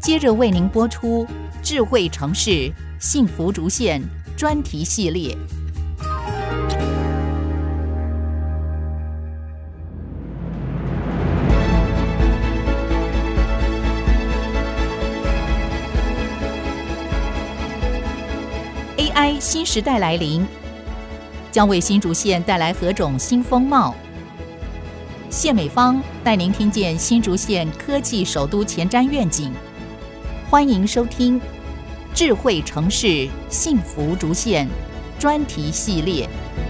接着为您播出智慧城市幸福竹县专题系列。AI 新时代来临，将为新竹县带来何种新风貌？谢美芳带您听见新竹县科技首都前瞻愿景。欢迎收听智慧城市幸福竹县专题系列。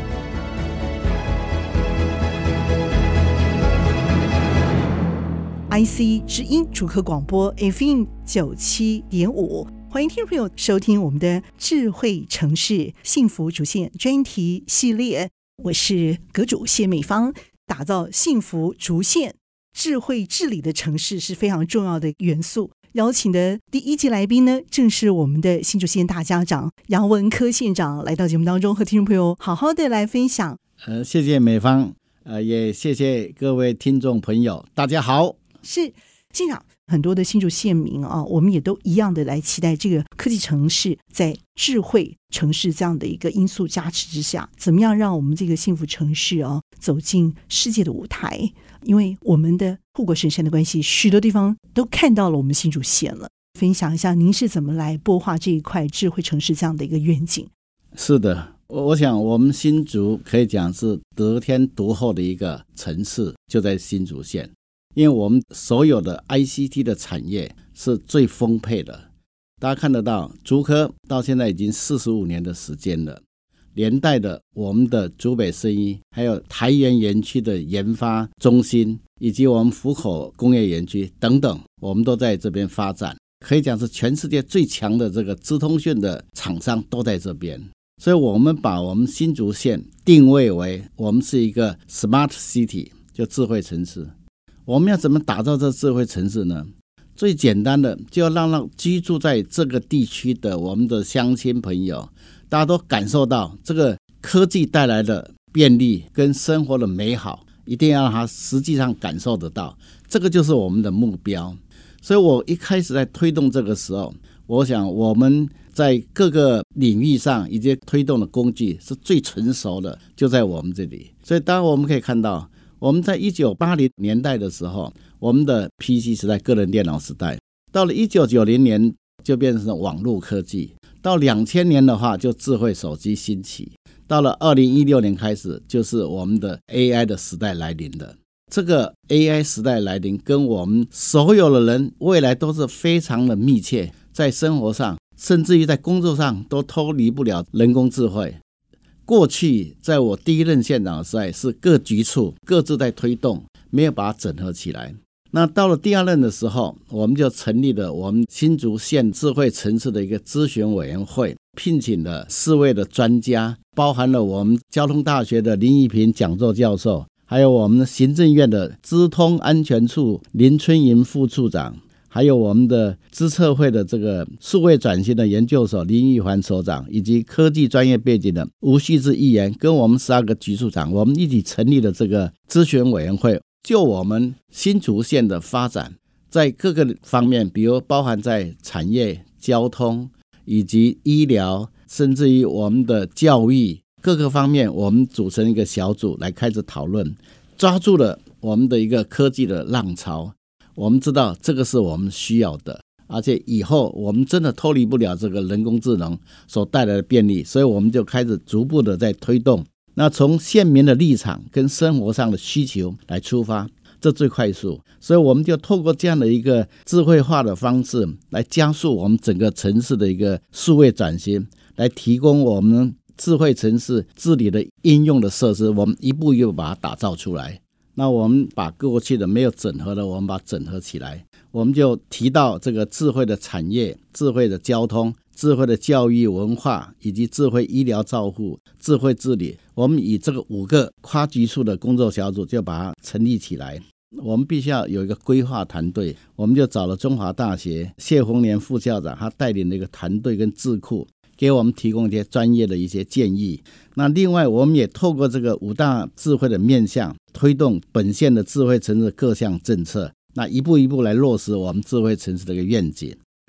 IC 之音主客广播 FM 97.5，欢迎听众朋友收听我们的智慧城市幸福竹县专题系列，我是阁主谢美芳。打造幸福竹县智慧治理的城市是非常重要的元素。邀请的第一集来宾呢，正是我们的新竹县大家长杨文科县长来到节目当中，和听众朋友好好的来分享。 谢谢美芳，也谢谢各位听众朋友，大家好。 是县长，很多的新竹县民啊，我们也都一样的来期待这个科技城市在智慧城市这样的一个因素加持之下，怎么样让我们这个幸福城市啊走进世界的舞台？因为我们的护国神山的关系，许多地方都看到了我们新竹县了。分享一下您是怎么来擘画这一块智慧城市这样的一个愿景？是的，我想我们新竹可以讲是得天独厚的一个城市，就在新竹县。因为我们所有的 ICT 的产业是最丰沛的，大家看得到竹科到现在已经45年的时间了，连带的我们的竹北生医，还有台园园区的研发中心，以及我们福口工业园区等等，我们都在这边发展，可以讲是全世界最强的这个资通讯的厂商都在这边。所以我们把我们新竹县定位为我们是一个 Smart City， 就智慧城市。我们要怎么打造这智慧城市呢？最简单的就要让居住在这个地区的我们的乡亲朋友，大家都感受到这个科技带来的便利跟生活的美好，一定要让他实际上感受得到，这个就是我们的目标。所以我一开始在推动这个时候，我想我们在各个领域上以及推动的工具是最成熟的，就在我们这里。所以当然我们可以看到，我们在1980年代的时候，我们的 PC 时代，个人电脑时代，到了1990年就变成网络科技，到2000年的话就智慧手机兴起，到了2016年开始就是我们的 AI 的时代来临了。这个 AI 时代来临跟我们所有的人未来都是非常的密切，在生活上甚至于在工作上都脱离不了人工智慧。过去在我第一任县长的时代是各局处各自在推动，没有把它整合起来。那到了第二任的时候，我们就成立了我们新竹县智慧城市的一个咨询委员会，聘请了4位的专家，包含了我们交通大学的林义平讲座教授，还有我们行政院的资通安全处林春莹副处长，还有我们的资策会的这个数位转型的研究所林玉环所长，以及科技专业背景的吴旭志议员，跟我们12个局处长，我们一起成立了这个咨询委员会，就我们新竹县的发展，在各个方面，比如包含在产业、交通以及医疗，甚至于我们的教育各个方面，我们组成一个小组来开始讨论，抓住了我们的一个科技的浪潮。我们知道这个是我们需要的，而且以后我们真的脱离不了这个人工智能所带来的便利，所以我们就开始逐步的在推动。那从县民的立场跟生活上的需求来出发，这最快速，所以我们就透过这样的一个智慧化的方式来加速我们整个城市的一个数位转型，来提供我们智慧城市治理的应用的设施，我们一步一步把它打造出来。那我们把过去的没有整合的，我们把它整合起来。我们就提到这个智慧的产业、智慧的交通、智慧的教育文化，以及智慧医疗照护、智慧治理。我们以这个5个跨局处的工作小组就把它成立起来。我们必须要有一个规划团队，我们就找了中华大学谢宏年副校长，他带领了一个团队跟智库，给我们提供一些专业的一些建议。那另外我们也透过这个5大智慧的面向，推动本县的智慧城市各项政策，那一步一步来落实我们智慧城市的一个愿景。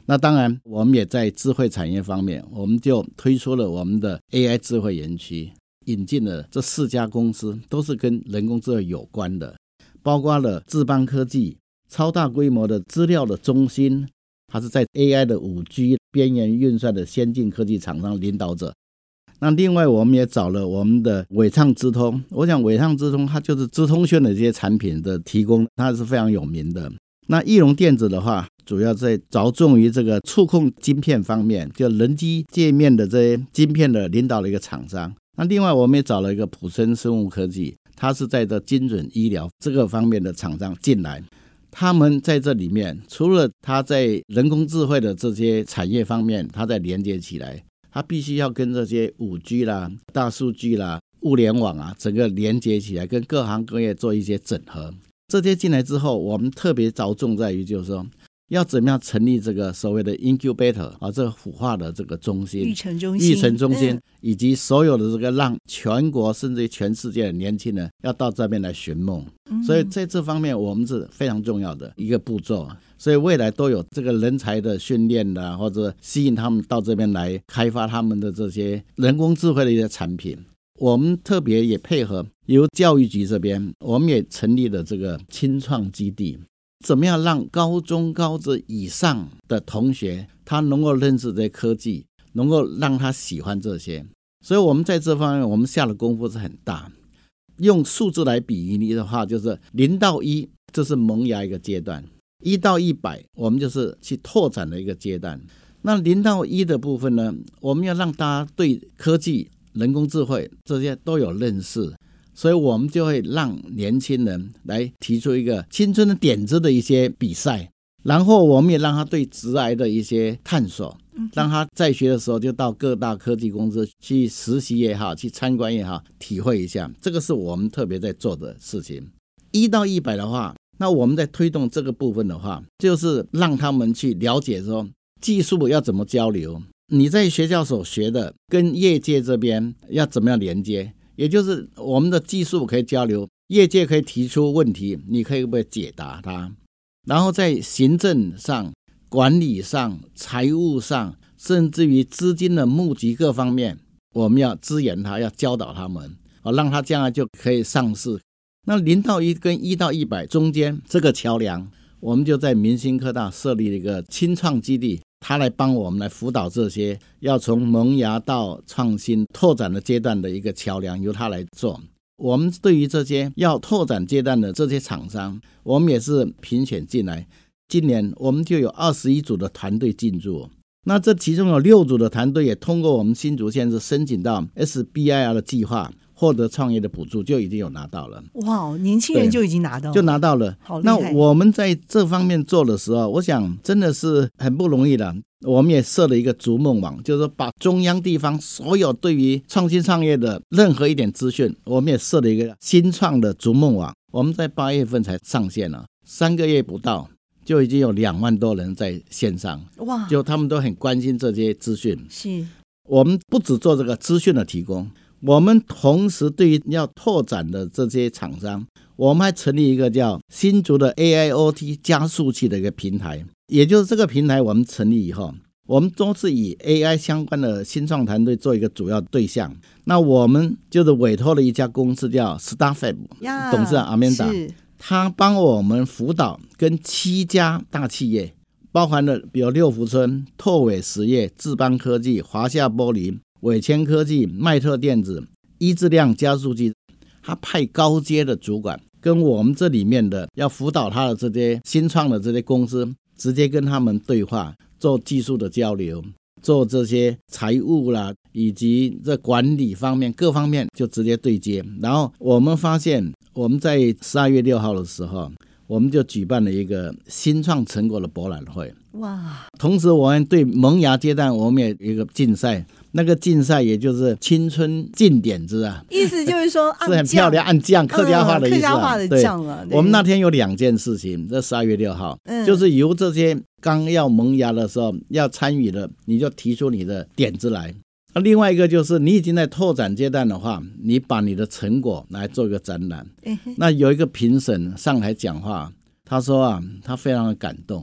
那当然我们也在智慧产业方面，我们就推出了我们的 AI 智慧园区，引进了这4家公司，都是跟人工智慧有关的，包括了智邦科技，超大规模的资料的中心，它是在 AI 的 5G 边缘运算的先进科技厂商领导者。那另外我们也找了我们的伟创资通，我想伟创资通它就是资通讯的这些产品的提供，它是非常有名的。那易融电子的话，主要在着重于这个触控晶片方面，就人机界面的这些晶片的领导的一个厂商。那另外我们也找了一个普生生物科技，它是在这精准医疗这个方面的厂商进来。他们在这里面，除了他在人工智慧的这些产业方面，他在连接起来，他必须要跟这些 5G 啦、大数据啦、物联网啊，整个连接起来，跟各行各业做一些整合。这些进来之后，我们特别着重在于就是说，要怎么样成立这个所谓的 incubator 这个孵化的这个中心、 育成中心， 以及所有的这个让全国甚至全世界的年轻人要到这边来寻梦。所以在这方面我们是非常重要的一个步骤，所以未来都有这个人才的训练啦，或者吸引他们到这边来开发他们的这些人工智慧的一些产品。我们特别也配合由教育局这边，我们也成立了这个青创基地，怎么样让高中高职以上的同学他能够认识这些科技，能够让他喜欢这些。所以我们在这方面我们下的功夫是很大。用数字来比喻的话，就是0到1这是萌芽一个阶段，1到100我们就是去拓展的一个阶段。那0到1的部分呢，我们要让大家对科技、人工智慧这些都有认识，所以我们就会让年轻人来提出一个青春的点子的一些比赛，然后我们也让他对职涯的一些探索，让他在学的时候就到各大科技公司去实习也好，去参观也好，体会一下，这个是我们特别在做的事情。1到100的话，那我们在推动这个部分的话，就是让他们去了解说技术要怎么交流，你在学校所学的跟业界这边要怎么样连接，也就是我们的技术可以交流，业界可以提出问题，你可以不可以解答它，然后在行政上、管理上、财务上，甚至于资金的募集各方面，我们要支援他，要教导他们，让他将来就可以上市。那0到1跟1到100中间这个桥梁，我们就在明星科大设立了一个青创基地，他来帮我们来辅导这些要从萌芽到创新拓展的阶段的一个桥梁，由他来做。我们对于这些要拓展阶段的这些厂商，我们也是评选进来，今年我们就有21组的团队进驻，那这其中有6组的团队也通过我们新竹县是申请到 SBIR 的计划，获得创业的补助，就已经有拿到了。 哇，年轻人就已经拿到了， 就拿到了， 好厉害。 那我们在这方面做的时候，我想真的是很不容易的。我们也设了一个逐梦网，就是说把中央地方所有对于创新创业的任何一点资讯，我们也设了一个新创的逐梦网。我们在8月份才上线了，3个月不到就已经有2万多人在线上，哇！就他们都很关心这些资讯。 是， 我们不只做这个资讯的提供，我们同时对于要拓展的这些厂商，我们还成立一个叫新竹的 AIoT 加速器的一个平台。也就是这个平台我们成立以后，我们都是以 AI 相关的新创团队做一个主要对象。那我们就是委托了一家公司叫 Starfab， 董事长阿曼达，他帮我们辅导跟7家大企业，包含了比如六福村、拓伟实业、智邦科技、华夏玻璃、伟谦科技、迈特电子、一质量加速器，他派高阶的主管跟我们这里面的要辅导他的这些新创的这些公司，直接跟他们对话，做技术的交流，做这些财务啦，以及这管理方面各方面就直接对接。然后我们发现我们在12月6号的时候，我们就举办了一个新创成果的博览会。哇！同时我们对萌芽阶段我们也有一个竞赛，那个竞赛也就是青春进点子啊， 意思就是说是很漂亮，按酱客家话的意思、 客家话的酱了。 我们那天有2件事情，这12月6号、就是由这些刚要萌芽的时候要参与的，你就提出你的点子来。另外一个就是你已经在拓展阶段的话，你把你的成果来做一个展览。那有一个评审上台讲话，他说啊，他非常的感动。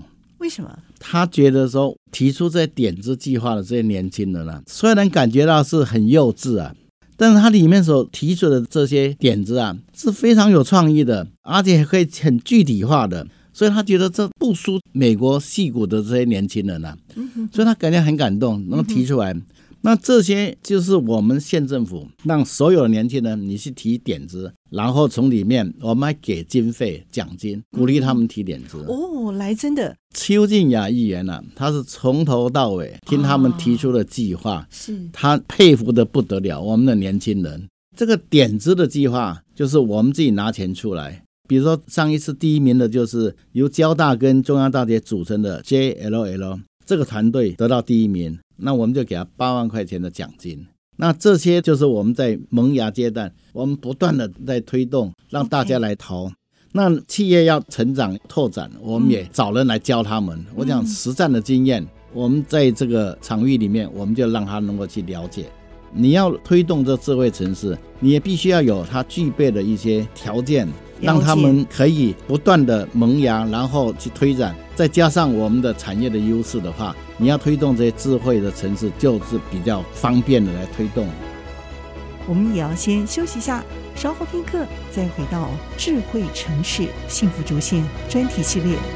为什么？ 他觉得说提出这些点子计划的这些年轻人啊，虽然感觉到是很幼稚啊，但是他里面所提出的这些点子啊是非常有创意的，而且可以很具体化的，所以他觉得这不输美国矽谷的这些年轻人啊，所以他感觉很感动，能够提出来。那这些就是我们县政府让所有的年轻人你去提点子，然后从里面我们还给经费奖金，鼓励他们提点子。 来真的。 邱静雅议员啊，他是从头到尾听他们提出的计划， 是他佩服的不得了。我们的年轻人这个点子的计划就是我们自己拿钱出来，比如说上一次第一名的就是由交大跟中央大学组成的 JLL 这个团队得到第一名，那我们就给他8万块钱的奖金。那这些就是我们在萌芽阶段我们不断的在推动，让大家来投。那企业要成长拓展，我们也找人来教他们。我讲实战的经验，我们在这个场域里面我们就让他能够去了解。你要推动这智慧城市，你也必须要有它具备的一些条件，让他们可以不断的萌芽，然后去推展，再加上我们的产业的优势的话，你要推动这些智慧的城市就是比较方便的来推动。 我们也要先休息一下，稍后片刻再回到智慧城市幸福主线专题系列。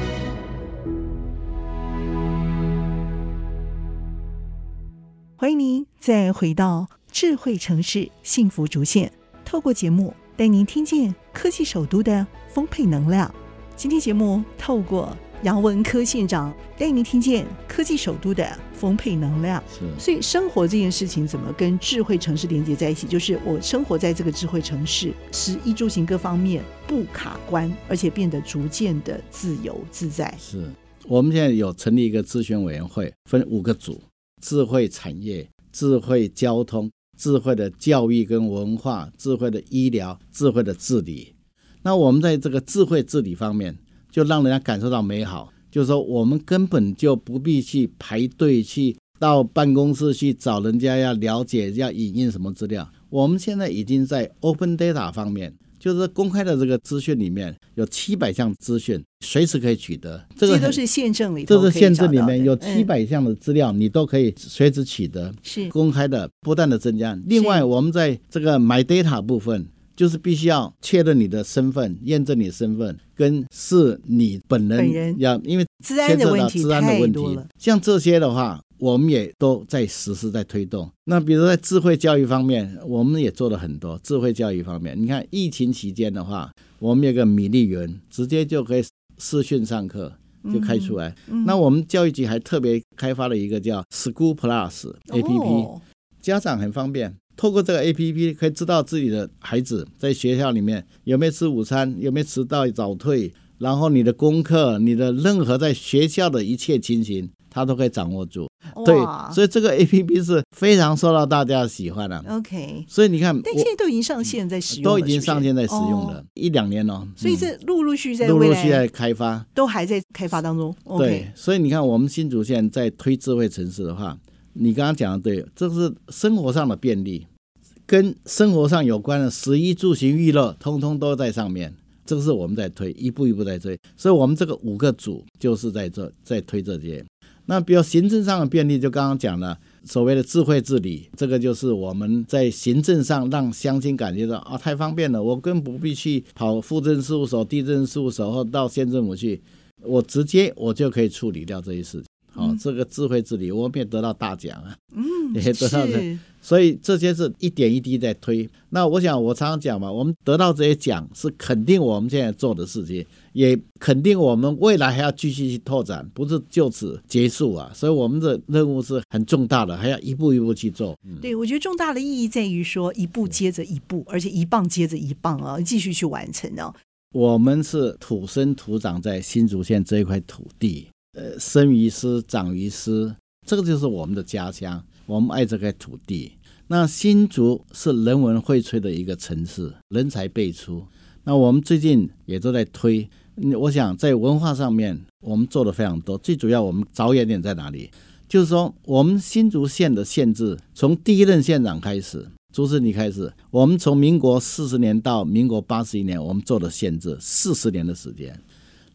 欢迎您再回到智慧城市幸福主线，透过节目带您听见科技首都的丰沛能量。今天节目透过杨文科县长带您听见科技首都的丰沛能量。所以生活这件事情怎么跟智慧城市连接在一起，就是我生活在这个智慧城市，食衣住行各方面不卡关，而且变得逐渐的自由自在。 是我们现在有成立一个咨询委员会，分5个组：智慧产业、智慧交通、智慧的教育跟文化、智慧的医疗、智慧的治理。那我们在这个智慧治理方面就让人家感受到美好，就是说我们根本就不必去排队去到办公室去找人家要了解要引用什么资料，我们现在已经在 open data 方面，就是公开的这个资讯里面有700项资讯随时可以取得， 这些都是县政里头可以找到的， 这是县政里面有700项的资料，你都可以随时取得， 是公开的，不断的增加。另外我们在这个 my data 部分，就是必须要确认你的身份，验证你的身份跟是你本人要，因为治安的问题太多了， 像这些的话我们也都在实施在推动。那比如在智慧教育方面我们也做了很多。智慧教育方面，你看疫情期间的话，我们有个米粒园直接就可以视讯上课就开出来，那我们教育局还特别开发了一个叫 School Plus APP，家长很方便，透过这个 APP 可以知道自己的孩子在学校里面有没有吃午餐，有没有迟到早退，然后你的功课，你的任何在学校的一切情形他都可以掌握住。对，所以这个 APP 是非常受到大家的喜欢的。 OK， 所以你看， 但现在都已经上线在使用了， 都已经上线在使用了1-2年了。 所以这陆陆续在开发， 都还在开发当中。 Okay， 对，所以你看我们新竹县在推智慧城市的话，你刚刚讲的对，这是生活上的便利，跟生活上有关的食衣住行娱乐通通都在上面，这个是我们在推，一步一步在推。所以我们这个5个组就是在推这些。那比如行政上的便利，就刚刚讲了所谓的智慧治理，这个就是我们在行政上让乡亲感觉到啊，太方便了，我根本不必去跑户政事务所、地政事务所或到县政府去，我直接我就可以处理掉这些事情。这个智慧治理我们也得到大奖啊，也得到这，所以这些是一点一滴在推。那我想我常常讲嘛，我们得到这些奖是肯定我们现在做的事情，也肯定我们未来还要继续去拓展，不是就此结束啊。所以我们的任务是很重大的，还要一步一步去做。 对，我觉得重大的意义在于说一步接着一步，而且一棒接着一棒啊，继续去完成啊。 我们是土生土长在新竹县这一块土地，生于斯长于斯，这个就是我们的家乡，我们爱这块土地。那新竹是人文荟萃的一个城市，人才辈出，那我们最近也都在推，我想在文化上面我们做的非常多。最主要我们着眼点在哪里，就是说我们新竹县的县制从第一任县长开始，朱士尼开始，我们从民国40年到民国81年我们做的县制40年的时间。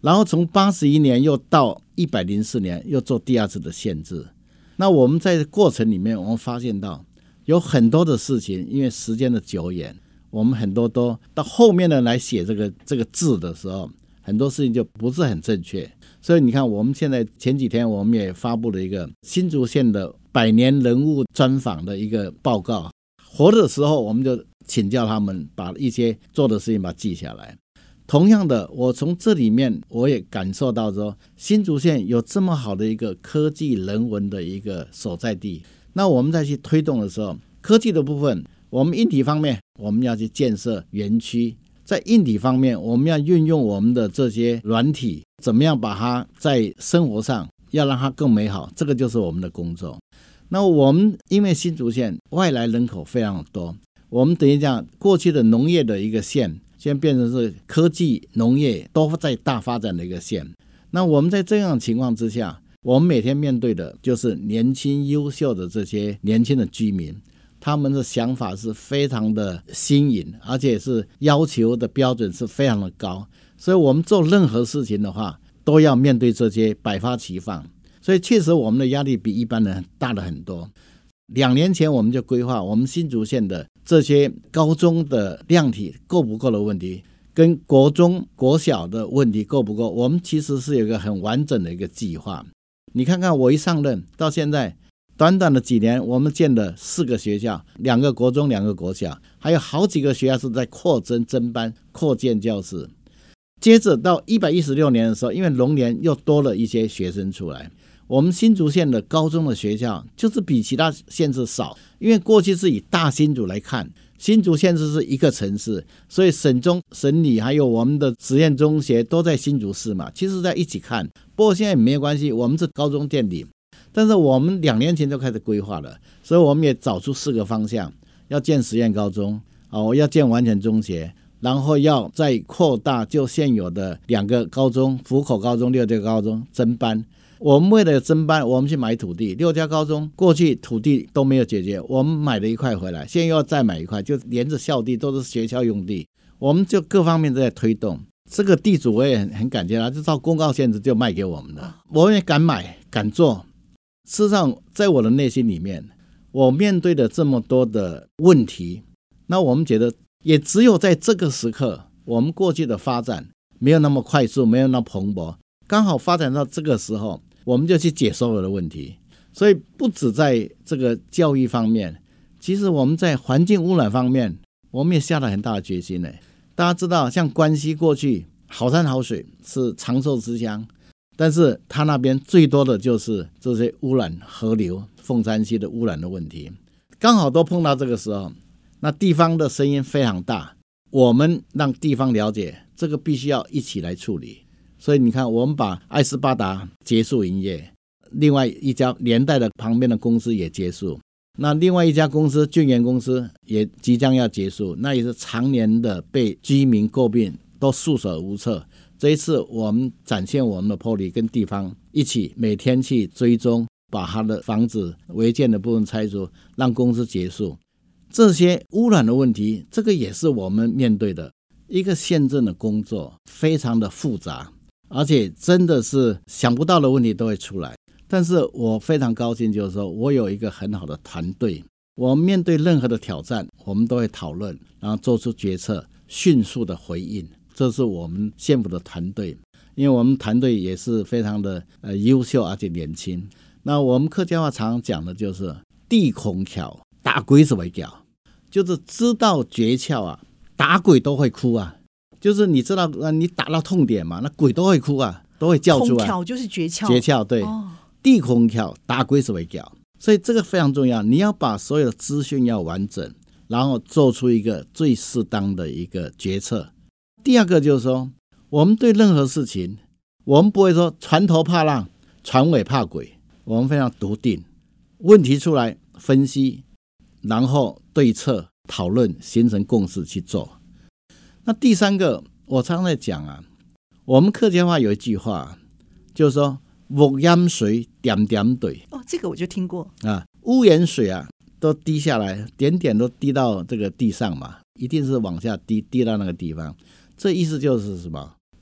然后从81年又到104年又做第二次的限制。那我们在过程里面，我们发现到有很多的事情，因为时间的久远，我们很多都到后面的来写这个字的时候，很多事情就不是很正确。所以你看，我们现在前几天我们也发布了一个新竹县的100年人物专访的一个报告，活的时候我们就请教他们把一些做的事情把它记下来。同样的，我从这里面我也感受到说，新竹县有这么好的一个科技人文的一个所在地，那我们再去推动的时候，科技的部分，我们硬体方面我们要去建设园区，在硬体方面我们要运用我们的这些软体，怎么样把它在生活上要让它更美好，这个就是我们的工作。那我们因为新竹县外来人口非常多，我们等于讲过去的农业的一个县，现在变成是科技农业都在大发展的一个县。那我们在这样的情况之下，我们每天面对的就是年轻优秀的这些年轻的居民，他们的想法是非常的新颖，而且是要求的标准是非常的高，所以我们做任何事情的话都要面对这些百花齐放，所以确实我们的压力比一般人大了很多。2年前我们就规划我们新竹县的这些高中的量体够不够的问题，跟国中国小的问题够不够，我们其实是有一个很完整的一个计划。你看看我一上任到现在短短的几年，我们建了4个学校，2个国中2个国小，还有好几个学校是在扩增增班扩建教室。接着到116年的时候，因为龙年又多了一些学生出来，我们新竹县的高中的学校就是比其他县市少，因为过去是以大新竹来看，新竹县市是一个城市，所以省中省里还有我们的实验中学都在新竹市嘛，其实在一起看。不过现在也没有关系，我们是高中垫底，但是我们2年前就开始规划了，所以我们也找出4个方向，要建实验高中，要建完全中学，然后要再扩大就现有的2个高中，福口高中6家高中增班。我们为了增班，我们去买土地，6家高中过去土地都没有解决，我们买了1块回来，现在又要再买1块，就连着校地都是学校用地，我们就各方面都在推动。这个地主我也很感谢他，就照公告限制就卖给我们的，我也敢买敢做。事实上在我的内心里面，我面对的这么多的问题，那我们觉得也只有在这个时刻，我们过去的发展没有那么快速，没有那么蓬勃，刚好发展到这个时候，我们就去解所有的问题。所以不止在这个教育方面，其实我们在环境污染方面我们也下了很大的决心。大家知道像关西过去好山好水是长寿之乡，但是它那边最多的就是这些污染河流凤山溪的污染的问题，刚好都碰到这个时候，那地方的声音非常大，我们让地方了解这个必须要一起来处理。所以你看，我们把爱斯巴达结束营业，另外一家连带的旁边的公司也结束，那另外一家公司俊源公司也即将要结束，那也是常年的被居民诟病，都束手无策。这一次我们展现我们的魄力，跟地方一起每天去追踪，把他的房子违建的部分拆除，让公司结束。这些污染的问题，这个也是我们面对的一个县政的工作，非常的复杂，而且真的是想不到的问题都会出来。但是我非常高兴，就是说我有一个很好的团队，我们面对任何的挑战，我们都会讨论，然后做出决策，迅速的回应。这是我们县府的团队，因为我们团队也是非常的优秀而且年轻。那我们客家话常常讲的就是地孔巧，打鬼子为屌，就是知道诀窍啊，打鬼都会哭啊，就是你知道你打到痛点嘛，那鬼都会哭啊，都会叫出来。 孔巧就是诀窍， 诀窍对。地孔巧，打鬼子为屌，所以这个非常重要，你要把所有的资讯要完整，然后做出一个最适当的一个决策。第二个就是说，我们对任何事情，我们不会说船头怕浪，船尾怕鬼，我们非常笃定，问题出来分析，然后对策讨论，形成共识去做。那第三个，我常常在讲啊，我们客家话有一句话，就是说木淹水点点对。 这个我就听过啊，屋檐水啊都滴下来，点点都滴到这个地上嘛，一定是往下滴，滴到那个地方。这意思就是什么？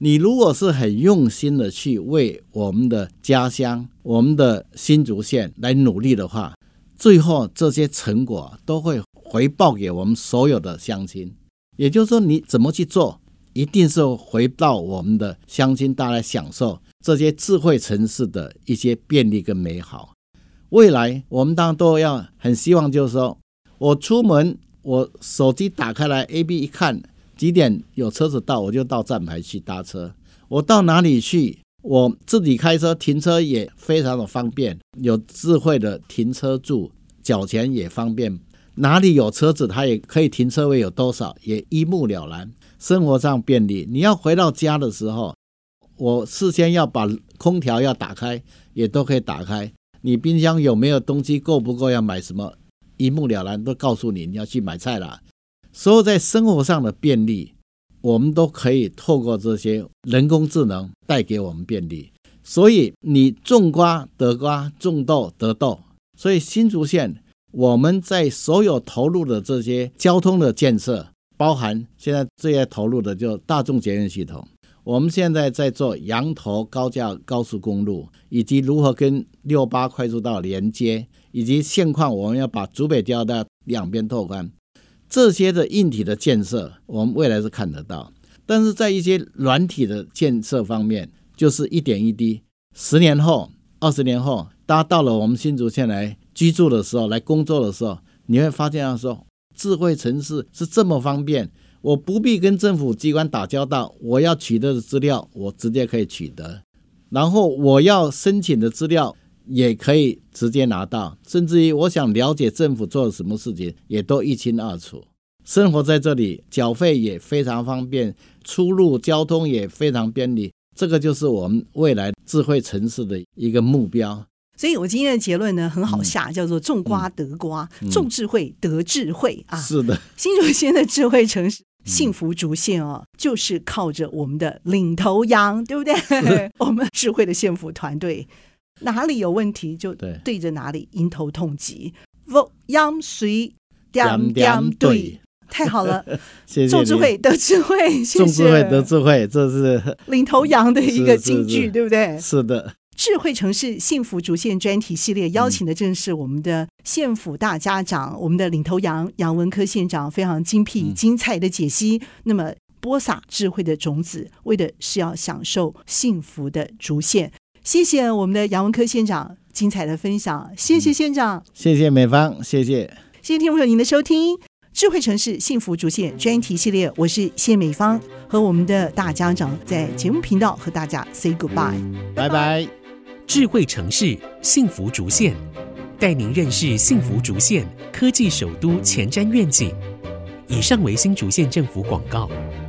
你如果是很用心的去为我们的家乡、我们的新竹县来努力的话，最后这些成果都会回报给我们所有的乡亲。也就是说，你怎么去做，一定是回到我们的乡亲大家享受这些智慧城市的一些便利跟美好。未来我们当然都要很希望，就是说我出门，我手机打开来 AB 一看几点有车子到，我就到站牌去搭车。我到哪里去，我自己开车停车也非常的方便，有智慧的停车柱，缴钱也方便，哪里有车子它也可以停车位有多少也一目了然，生活上便利。你要回到家的时候，我事先要把空调要打开也都可以打开，你冰箱有没有东西够不够，要买什么一目了然，都告诉你你要去买菜啦。所有在生活上的便利，我们都可以透过这些人工智能带给我们便利。所以你种瓜得瓜，种豆得豆。所以新竹县我们在所有投入的这些交通的建设，包含现在最爱投入的就大众捷运系统，我们现在在做洋投高架高速公路，以及如何跟68快速道连接，以及现况我们要把竹北交道两边拓宽，这些的硬体的建设我们未来是看得到。但是在一些软体的建设方面，就是一点一滴，10年后20年后，大家到了我们新竹县来居住的时候，来工作的时候，你会发现说智慧城市是这么方便，我不必跟政府机关打交道，我要取得的资料我直接可以取得，然后我要申请的资料也可以直接拿到，甚至于我想了解政府做了什么事情也都一清二楚。生活在这里，缴费也非常方便，出入交通也非常便利，这个就是我们未来智慧城市的一个目标。 所以我今天的结论呢很好下，叫做种瓜得瓜，种智慧得智慧啊。 是的， 新竹县的智慧城市幸福竹县哦，就是靠着我们的领头羊，对不对？我们智慧的县府团队，哪里有问题就对着哪里迎头痛击，央随点点对。太好了， 谢谢。 种智慧得智慧，谢谢。 种智慧得智慧，这是领头羊的一个金句，对不对？ 是的。 智慧城市幸福竹县专题系列邀请的正是我们的县府大家长，我们的领头羊杨文科县长，非常精辟精彩的解析。那么播撒智慧的种子，为的是要享受幸福的竹县。谢谢我们的杨文科县长精彩的分享，谢谢县长， 谢谢美芳，谢谢， 谢谢听众朋友您的收听。智慧城市幸福竹县专题系列，我是谢美芳，和我们的大家长在节目频道和大家 say goodbye， 拜拜。 智慧城市幸福竹县，带您认识幸福竹县科技首都前瞻愿景。以上为新竹县政府广告。